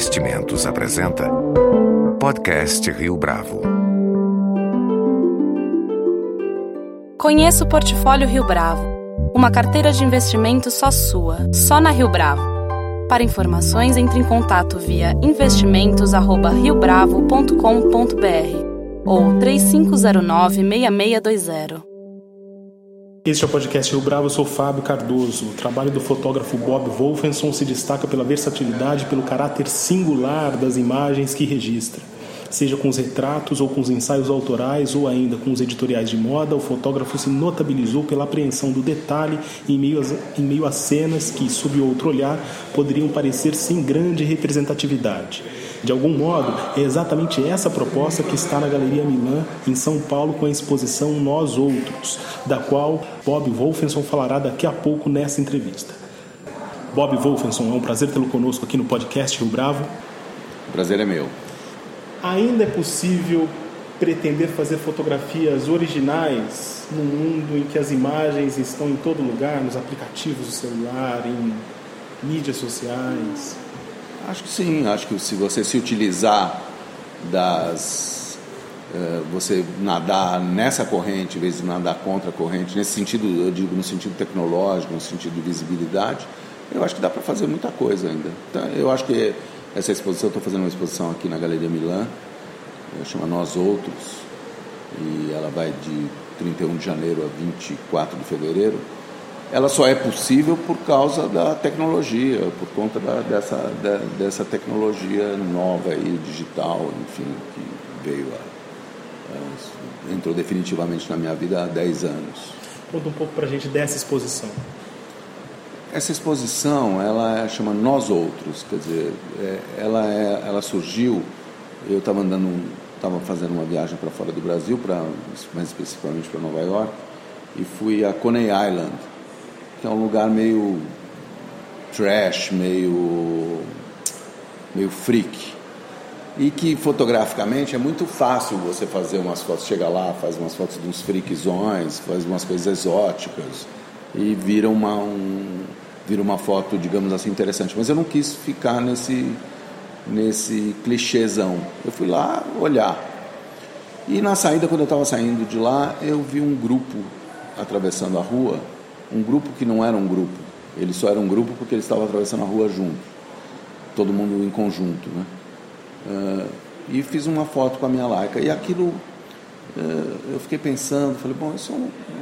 Investimentos apresenta Podcast Rio Bravo. Conheça o Portfólio Rio Bravo, uma carteira de investimentos só sua, só na Rio Bravo. Para informações, entre em contato via investimentos@riobravo.com.br ou 3509-6620. Este é o podcast Rio Bravo, eu sou Fábio Cardoso. O trabalho do fotógrafo Bob Wolfenson se destaca pela versatilidade e pelo caráter singular das imagens que registra. Seja com os retratos ou com os ensaios autorais ou ainda com os editoriais de moda, o fotógrafo se notabilizou pela apreensão do detalhe em meio a cenas que, sob outro olhar, poderiam parecer sem grande representatividade. De algum modo, é exatamente essa proposta que está na Galeria Milan, em São Paulo, com a exposição Nós Outros, da qual Bob Wolfenson falará daqui a pouco nessa entrevista. Bob Wolfenson, é um prazer tê-lo conosco aqui no podcast Rio Bravo. O prazer é meu. Ainda é possível pretender fazer fotografias originais num mundo em que as imagens estão em todo lugar, nos aplicativos do celular, em mídias sociais? Acho que sim, acho que se você se utilizar você nadar nessa corrente, em vez de nadar contra a corrente, nesse sentido, eu digo no sentido tecnológico, no sentido de visibilidade, eu acho que dá para fazer muita coisa ainda. Então, eu acho que essa exposição, eu estou fazendo uma exposição aqui na Galeria Milan, chama Nós Outros, e ela vai de 31 de janeiro a 24 de fevereiro. Ela só é possível por causa da tecnologia, por conta dessa tecnologia nova aí, digital, enfim, que veio entrou definitivamente na minha vida há 10 anos. Conta um pouco para a gente dessa exposição. Essa exposição, ela chama Nós Outros, quer dizer, ela surgiu, eu estava fazendo uma viagem para fora do Brasil, mais especificamente para Nova York, e fui a Coney Island, que é um lugar meio trash, meio freak, e que fotograficamente é muito fácil você fazer umas fotos, chega lá, faz umas fotos de uns freakzões, faz umas coisas exóticas, e vira uma foto, digamos assim, interessante. Mas eu não quis ficar nesse clichêzão. Eu fui lá olhar. E na saída, quando eu estava saindo de lá, eu vi um grupo atravessando a rua, um grupo que não era um grupo. Ele só era um grupo porque eles estavam atravessando a rua junto, todo mundo em conjunto, né? E fiz uma foto com a minha Leica. E aquilo, eu fiquei pensando, falei, bom, isso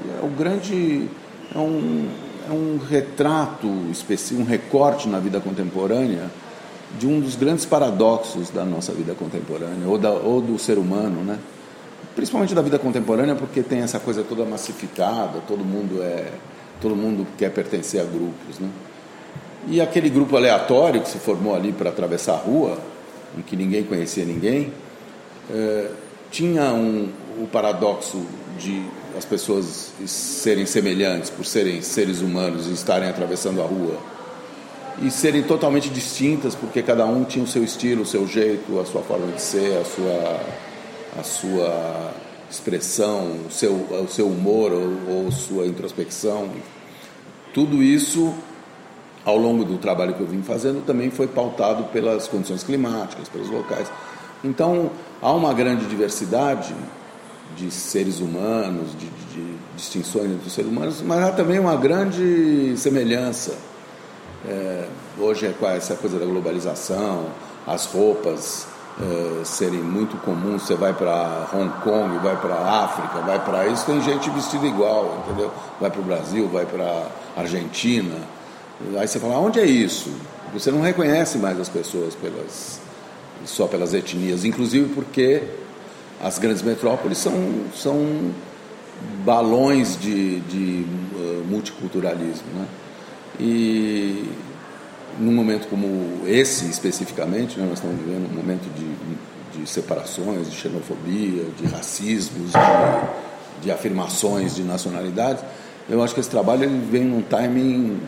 é um retrato específico, um recorte na vida contemporânea de um dos grandes paradoxos da nossa vida contemporânea, ou do ser humano, né? Principalmente da vida contemporânea, porque tem essa coisa toda massificada, todo mundo quer pertencer a grupos, né? E aquele grupo aleatório que se formou ali para atravessar a rua, em que ninguém conhecia ninguém, tinha o paradoxo de as pessoas serem semelhantes por serem seres humanos e estarem atravessando a rua, e serem totalmente distintas porque cada um tinha o seu estilo, o seu jeito, a sua forma de ser, a sua expressão, o seu humor ou sua introspecção. Tudo isso, ao longo do trabalho que eu vim fazendo, também foi pautado pelas condições climáticas, pelos locais. Então, há uma grande diversidade de seres humanos, de distinções entre os seres humanos, mas há também uma grande semelhança. Hoje é com essa coisa da globalização, as roupas serem muito comuns. Você vai para Hong Kong, vai para África, vai para isso, tem gente vestida igual, entendeu? Vai para o Brasil, vai para Argentina. Aí você fala, onde é isso? Você não reconhece mais as pessoas só pelas etnias, inclusive porque as grandes metrópoles são balões de multiculturalismo, né? E num momento como esse, especificamente, né, nós estamos vivendo um momento de separações, de xenofobia, de racismos, de afirmações de nacionalidades. Eu acho que esse trabalho ele vem num timing,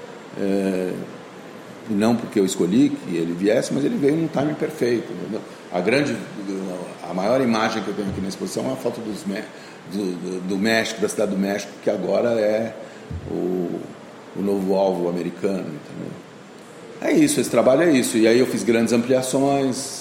não porque eu escolhi que ele viesse, mas ele veio num timing perfeito, entendeu? A maior imagem que eu tenho aqui na exposição é uma foto do México, da cidade do México, que agora é o novo alvo americano, entendeu? É isso, esse trabalho é isso. E aí eu fiz grandes ampliações,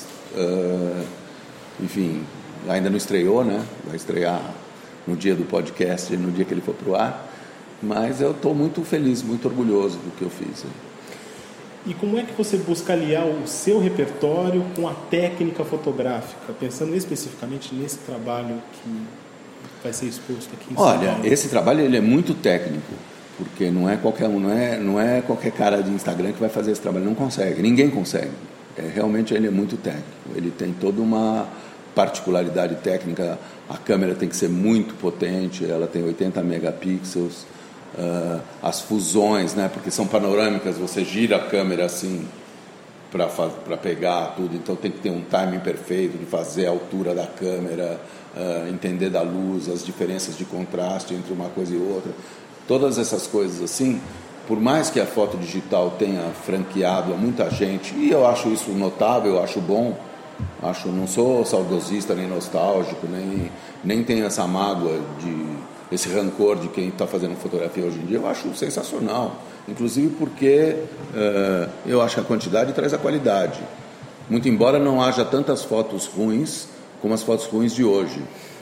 enfim, ainda não estreou, né? Vai estrear no dia do podcast, no dia que ele for pro ar. Mas eu estou muito feliz, muito orgulhoso do que eu fiz. E como é que você busca aliar o seu repertório com a técnica fotográfica, pensando especificamente nesse trabalho que vai ser exposto aqui em São Paulo? Olha, esse trabalho ele é muito técnico, porque não é qualquer qualquer cara de Instagram que vai fazer esse trabalho, não consegue, ninguém consegue. Realmente ele é muito técnico, ele tem toda uma particularidade técnica, a câmera tem que ser muito potente, ela tem 80 megapixels, as fusões, né, porque são panorâmicas, você gira a câmera assim para pegar tudo, então tem que ter um timing perfeito de fazer a altura da câmera, entender da luz, as diferenças de contraste entre uma coisa e outra, todas essas coisas assim, por mais que a foto digital tenha franqueado a muita gente, e eu acho isso notável, eu acho bom, não sou saudosista nem nostálgico, nem tenho essa mágoa esse rancor de quem está fazendo fotografia hoje em dia, eu acho sensacional, inclusive porque eu acho que a quantidade traz a qualidade, muito embora não haja tantas fotos ruins como as fotos ruins de hoje,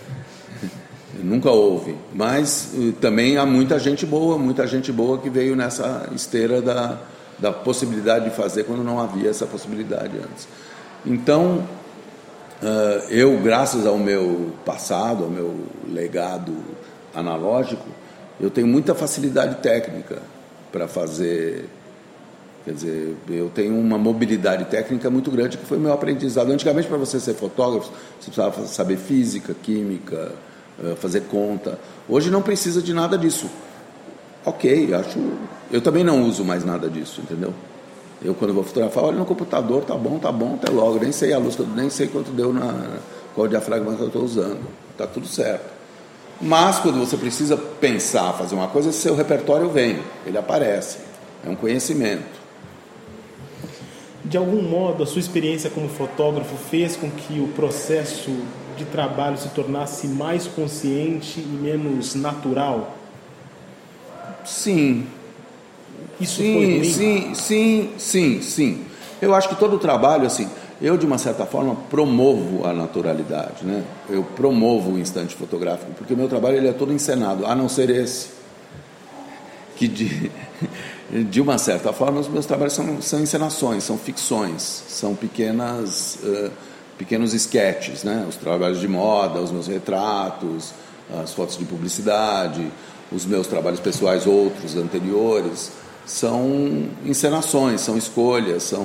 nunca houve, mas também há muita gente boa que veio nessa esteira da possibilidade de fazer quando não havia essa possibilidade antes. Então, eu, graças ao meu passado, ao meu legado analógico, eu tenho muita facilidade técnica para fazer, quer dizer, eu tenho uma mobilidade técnica muito grande, que foi meu aprendizado. Antigamente, para você ser fotógrafo, você precisava saber física, química, fazer conta. Hoje não precisa de nada disso. Ok, eu também não uso mais nada disso, entendeu? Eu, quando vou fotografar, olho no computador, tá bom, até logo, nem sei a luz, nem sei quanto deu qual diafragma que eu estou usando, tá tudo certo. Mas quando você precisa pensar, fazer uma coisa, seu repertório vem, ele aparece, é um conhecimento. De algum modo, a sua experiência como fotógrafo fez com que o processo de trabalho se tornasse mais consciente e menos natural? Sim. Isso foi ruim? Sim. Eu acho que todo o trabalho, assim, eu de uma certa forma promovo a naturalidade, né? Eu promovo o instante fotográfico, porque o meu trabalho ele é todo encenado, a não ser esse, que de uma certa forma os meus trabalhos são encenações, são ficções, são pequenos esquetes, né? Os trabalhos de moda, os meus retratos, as fotos de publicidade, os meus trabalhos pessoais, outros anteriores, são encenações, são escolhas,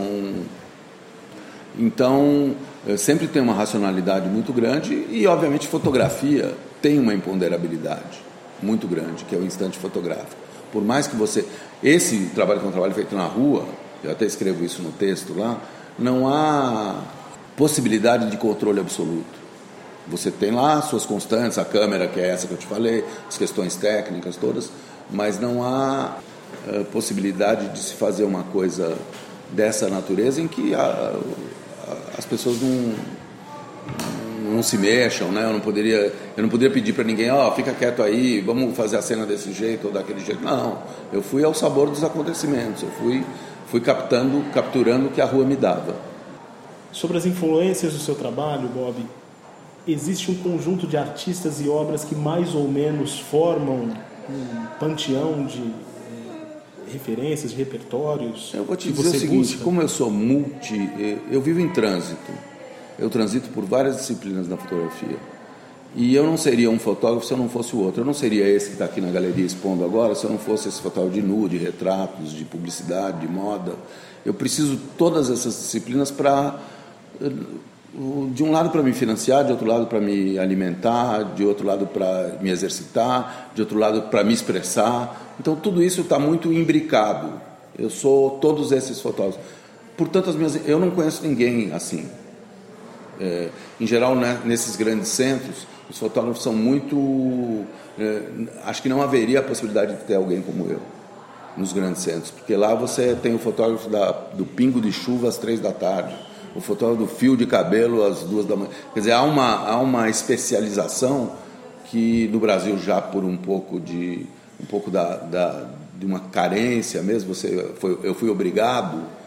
Então, sempre tem uma racionalidade muito grande e, obviamente, fotografia tem uma imponderabilidade muito grande, que é o instante fotográfico. Por mais que esse trabalho que é um trabalho feito na rua, eu até escrevo isso no texto lá, não há possibilidade de controle absoluto. Você tem lá suas constantes, a câmera, que é essa que eu te falei, as questões técnicas todas, mas não há possibilidade de se fazer uma coisa dessa natureza em que as pessoas não se mexam, né? Eu não poderia pedir para ninguém, fica quieto aí, vamos fazer a cena desse jeito ou daquele jeito. Não, eu fui ao sabor dos acontecimentos, eu fui capturando o que a rua me dava. Sobre as influências do seu trabalho, Bob, existe um conjunto de artistas e obras que mais ou menos formam um panteão de referências, de repertórios? Eu vou te dizer o seguinte, como eu sou eu vivo em trânsito. Eu transito por várias disciplinas da fotografia. E eu não seria um fotógrafo se eu não fosse o outro. Eu não seria esse que está aqui na galeria expondo agora se eu não fosse esse fotógrafo de nu, de retratos, de publicidade, de moda. Eu preciso de todas essas disciplinas para, de um lado para me financiar, de outro lado para me alimentar, de outro lado para me exercitar, de outro lado para me expressar. Então tudo isso está muito imbricado. Eu sou todos esses fotógrafos. Portanto, eu não conheço ninguém assim. Em geral, né, nesses grandes centros, os fotógrafos são muito... acho que não haveria a possibilidade de ter alguém como eu nos grandes centros, porque lá você tem o fotógrafo do pingo de chuva às 3 da tarde, o fotógrafo do fio de cabelo às 2 da manhã. Quer dizer, há uma especialização que no Brasil já por um pouco de uma carência mesmo, eu fui obrigado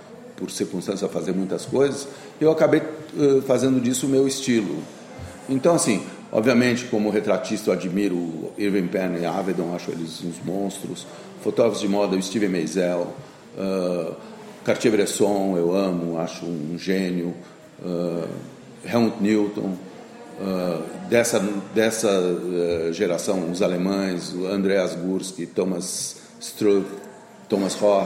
por circunstância, a fazer muitas coisas, eu acabei fazendo disso o meu estilo. Então, assim, obviamente, como retratista, eu admiro Irving Penn e Avedon, acho eles uns monstros. Fotógrafos de moda, o Steven Meisel, Cartier-Bresson, eu amo, acho um gênio. Helmut Newton, dessa geração, os alemães, o Andreas Gursky, Thomas Struve, Thomas Roth.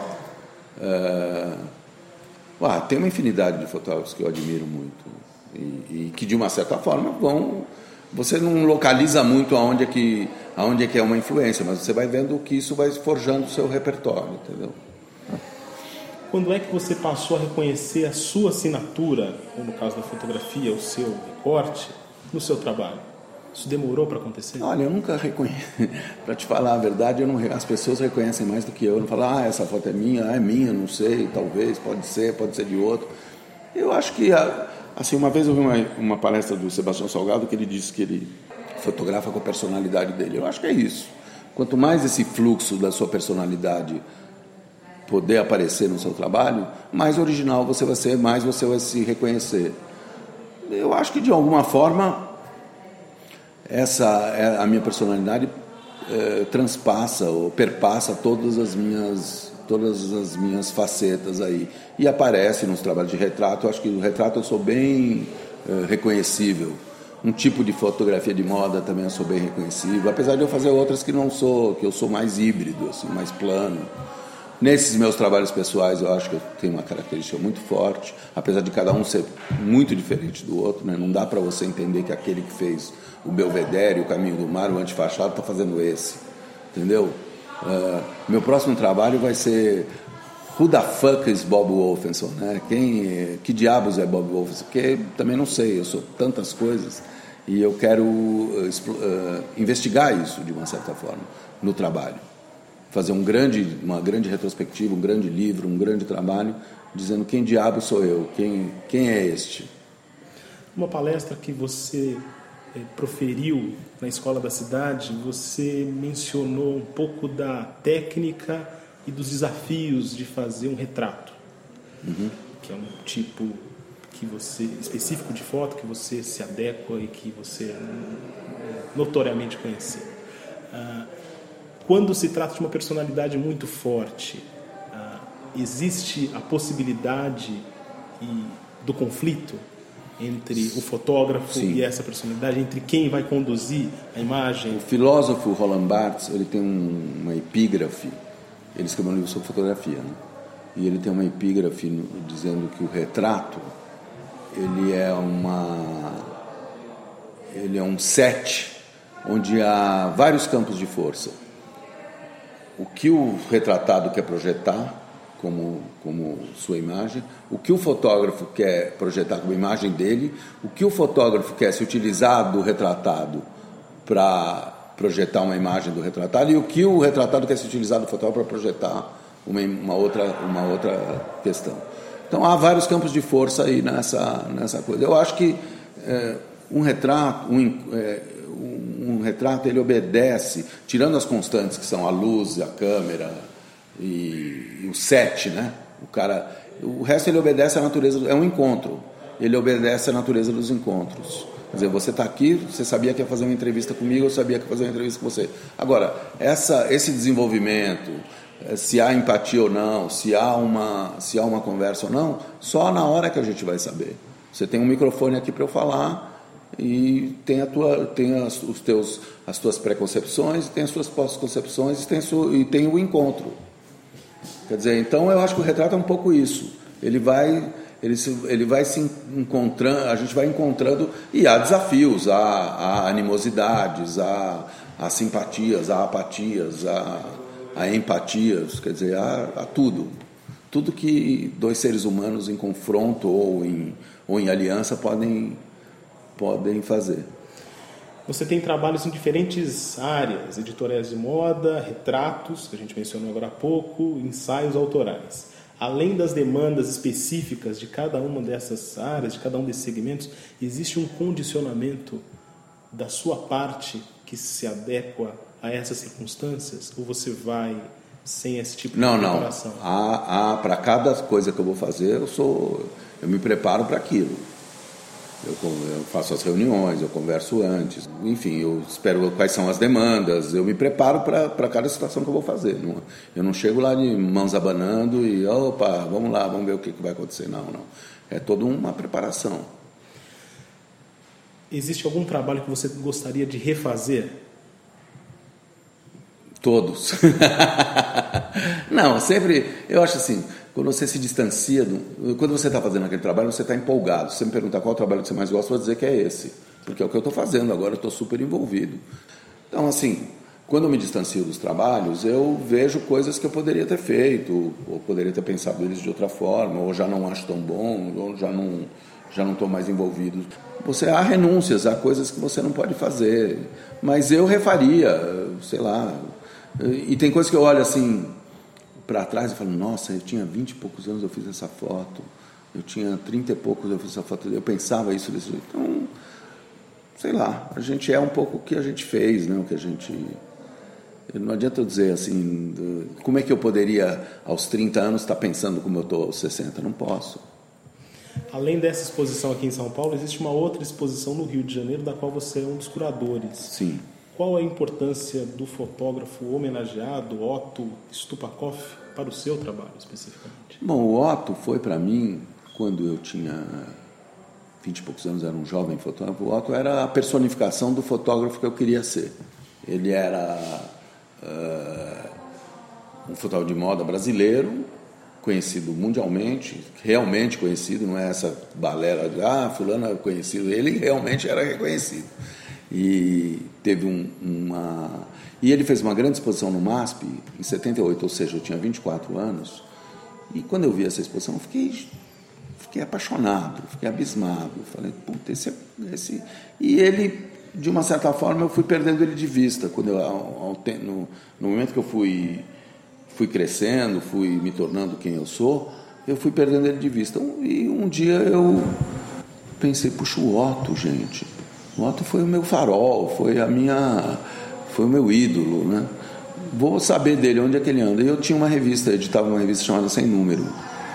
Tem uma infinidade de fotógrafos que eu admiro muito e que, de uma certa forma, você não localiza muito aonde é que é uma influência, mas você vai vendo que isso vai forjando o seu repertório, entendeu? Quando é que você passou a reconhecer a sua assinatura, ou no caso da fotografia, o seu recorte, no seu trabalho? Isso demorou para acontecer? Olha, eu nunca reconheço. Para te falar a verdade, as pessoas reconhecem mais do que eu. Não falam, essa foto é minha, não sei, talvez, pode ser de outro. Eu acho que, assim, uma vez eu vi uma palestra do Sebastião Salgado que ele disse que ele fotografa com a personalidade dele. Eu acho que é isso. Quanto mais esse fluxo da sua personalidade poder aparecer no seu trabalho, mais original você vai ser, mais você vai se reconhecer. Eu acho que, de alguma forma, a minha personalidade transpassa ou perpassa todas as minhas facetas aí e aparece nos trabalhos de retrato. Eu acho que no retrato eu sou bem reconhecível. Um tipo de fotografia de moda também eu sou bem reconhecível, apesar de eu fazer outras que eu sou mais híbrido, assim, mais plano. Nesses meus trabalhos pessoais, eu acho que eu tenho uma característica muito forte, apesar de cada um ser muito diferente do outro, né? Não dá para você entender que aquele que fez o Belvedere, o Caminho do Mar, o Antifachado, está fazendo esse, entendeu? Meu próximo trabalho vai ser Who the fuck is Bob Wolfenson, né? Que diabos é Bob Wolfenson? Porque também não sei, eu sou tantas coisas e eu quero investigar isso de uma certa forma no trabalho. Fazer uma grande retrospectiva, um grande livro, um grande trabalho, dizendo quem diabo sou eu, quem é este. Uma palestra que você proferiu na Escola da Cidade, você mencionou um pouco da técnica e dos desafios de fazer um retrato, que é um tipo específico de foto que você se adequa e que você notoriamente conhece. Quando se trata de uma personalidade muito forte, existe a possibilidade do conflito entre o fotógrafo e essa personalidade, entre quem vai conduzir a imagem? O filósofo Roland Barthes, ele tem uma epígrafe, ele escreveu um livro sobre fotografia, né? E ele tem uma epígrafe dizendo que o retrato ele é um set onde há vários campos de força. O que o retratado quer projetar como sua imagem, o que o fotógrafo quer projetar como imagem dele, o que o fotógrafo quer se utilizar do retratado para projetar uma imagem do retratado e o que o retratado quer se utilizar do fotógrafo para projetar uma outra questão. Então há vários campos de força aí nessa coisa. Eu acho que um retrato ele obedece, tirando as constantes que são a luz, a câmera e o set, né? O resto ele obedece à natureza, é um encontro. Ele obedece à natureza dos encontros. Quer dizer, você está aqui, você sabia que ia fazer uma entrevista comigo, eu sabia que ia fazer uma entrevista com você. Agora, esse desenvolvimento, se há empatia ou não, se há uma conversa ou não, só na hora que a gente vai saber. Você tem um microfone aqui para eu falar e tem as tuas preconcepções, tem as suas pós-concepções e tem o encontro. Quer dizer, então eu acho que o retrato é um pouco isso. Ele vai se encontrando, a gente vai encontrando, e há desafios, há animosidades, há simpatias, há apatias, há empatias, quer dizer, há tudo. Tudo que dois seres humanos em confronto ou em aliança podem fazer. Você tem trabalhos em diferentes áreas, editoriais de moda, retratos, que a gente mencionou agora há pouco, ensaios autorais. Além das demandas específicas de cada uma dessas áreas, de cada um desses segmentos, existe um condicionamento da sua parte que se adequa a essas circunstâncias? Ou você vai sem esse tipo de preparação? Não. Para cada coisa que eu vou fazer, eu me preparo para aquilo. Eu faço as reuniões, eu converso antes, enfim, eu espero quais são as demandas, eu me preparo para cada situação que eu vou fazer. Eu não chego lá de mãos abanando e, opa, vamos lá, vamos ver o que vai acontecer. Não. É toda uma preparação. Existe algum trabalho que você gostaria de refazer? Todos. Não, sempre, eu acho assim, quando você se distancia, quando você está fazendo aquele trabalho, você está empolgado. Se você me perguntar qual é o trabalho que você mais gosta, eu vou dizer que é esse, porque é o que eu estou fazendo agora, eu estou super envolvido. Então, assim, quando eu me distancio dos trabalhos, eu vejo coisas que eu poderia ter feito, ou poderia ter pensado eles de outra forma, ou já não acho tão bom, ou já não estou mais envolvido. Há renúncias, há coisas que você não pode fazer, mas eu refaria, sei lá. E tem coisas que eu olho assim para trás e falo, nossa, eu tinha 20 e poucos anos, eu fiz essa foto, eu tinha 30 e poucos, eu fiz essa foto, eu pensava isso desse jeito. Então, sei lá, a gente é um pouco o que a gente fez, né? O que a gente... Não adianta eu dizer assim, como é que eu poderia aos 30 anos estar pensando como eu estou aos 60? Não posso. Além dessa exposição aqui em São Paulo, existe uma outra exposição no Rio de Janeiro, da qual você é um dos curadores. Sim. Qual a importância do fotógrafo homenageado, Otto Stupakoff, para o seu trabalho, especificamente? Bom, o Otto foi para mim, quando eu tinha 20 e poucos anos, era um jovem fotógrafo, o Otto era a personificação do fotógrafo que eu queria ser. Ele era um fotógrafo de moda brasileiro, conhecido mundialmente, realmente conhecido, não é essa balela de fulano é conhecido, ele realmente era reconhecido. E teve e ele fez uma grande exposição no MASP em 78, ou seja, eu tinha 24 anos, e quando eu vi essa exposição eu fiquei apaixonado, fiquei abismado, falei, puta, esse... E ele, de uma certa forma, eu fui perdendo ele de vista, quando no momento que eu fui crescendo, fui me tornando quem eu sou, eu fui perdendo ele de vista. E um dia eu pensei, puxa, o Otto, gente. O Otto foi o meu farol, foi o meu ídolo, né? Vou saber dele, onde é que ele anda. E eu tinha uma revista, editava uma revista chamada Sem Número.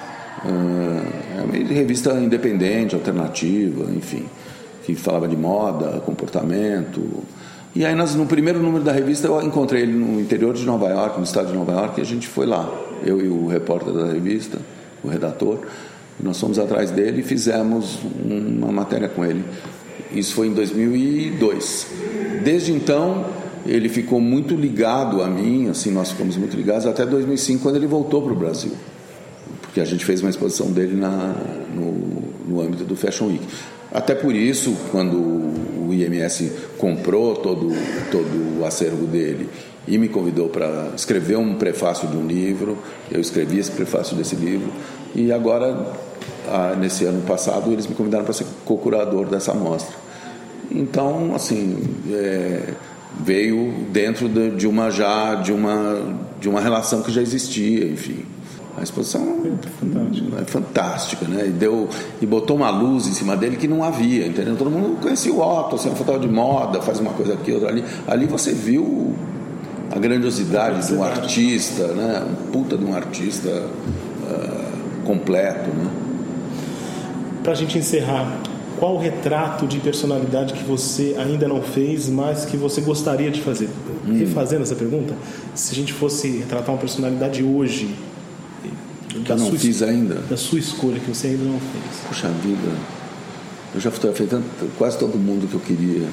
É uma revista independente, alternativa, enfim, que falava de moda, comportamento. E aí, no primeiro número da revista, eu encontrei ele no interior de Nova York, no estado de Nova York, e a gente foi lá, eu e o repórter da revista, o redator, e nós fomos atrás dele e fizemos uma matéria com ele. Isso foi em 2002. Desde então, ele ficou muito ligado a mim, assim, nós ficamos muito ligados, até 2005, quando ele voltou para o Brasil, porque a gente fez uma exposição dele no âmbito do Fashion Week. Até por isso, quando o IMS comprou todo o acervo dele e me convidou para escrever um prefácio de um livro, eu escrevi esse prefácio desse livro, e agora, nesse ano passado, eles me convidaram para ser co-curador dessa mostra. Então, assim, veio dentro de uma relação que já existia, enfim. A exposição é fantástica, né? E botou uma luz em cima dele que não havia, entendeu? Todo mundo conhecia o Otto, assim, um fotógrafo de moda, faz uma coisa aqui, outra ali. Ali você viu a grandiosidade de um artista, né? Um puta de um artista completo, né? Pra gente encerrar, qual o retrato de personalidade que você ainda não fez, mas que você gostaria de fazer? Refazendo essa pergunta, se a gente fosse retratar uma personalidade hoje, que eu não fiz ainda, da sua escolha, que você ainda não fez. Puxa vida, eu já fotografei quase todo mundo que eu queria.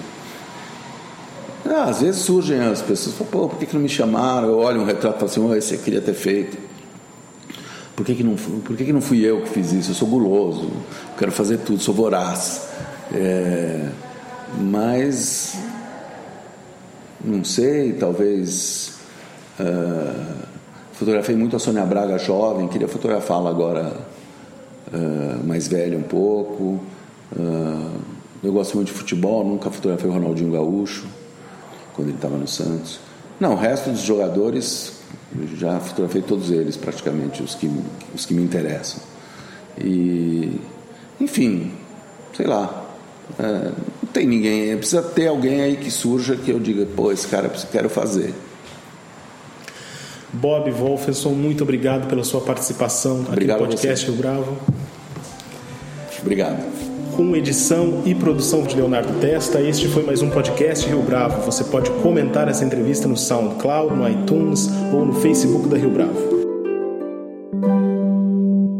Às vezes surgem as pessoas, falam, pô, por que não me chamaram? Eu olho um retrato e falo assim, esse eu queria ter feito. Por que não fui eu que fiz isso? Eu sou guloso, quero fazer tudo, sou voraz. Mas não sei, talvez fotografei muito a Sônia Braga jovem, queria fotografá-la agora mais velha um pouco. Eu gosto muito de futebol, nunca fotografei o Ronaldinho Gaúcho quando ele estava no Santos. Não, o resto dos jogadores já fotografei todos eles praticamente, os que me interessam. E, enfim, sei lá, não tem ninguém, precisa ter alguém aí que surja que eu diga, pô, esse cara eu quero fazer. Bob Wolfenson, muito obrigado pela sua participação aqui no podcast Rio Bravo. Obrigado. Com edição e produção de Leonardo Testa, este foi mais um podcast Rio Bravo. Você pode comentar essa entrevista no SoundCloud, no iTunes ou no Facebook da Rio Bravo.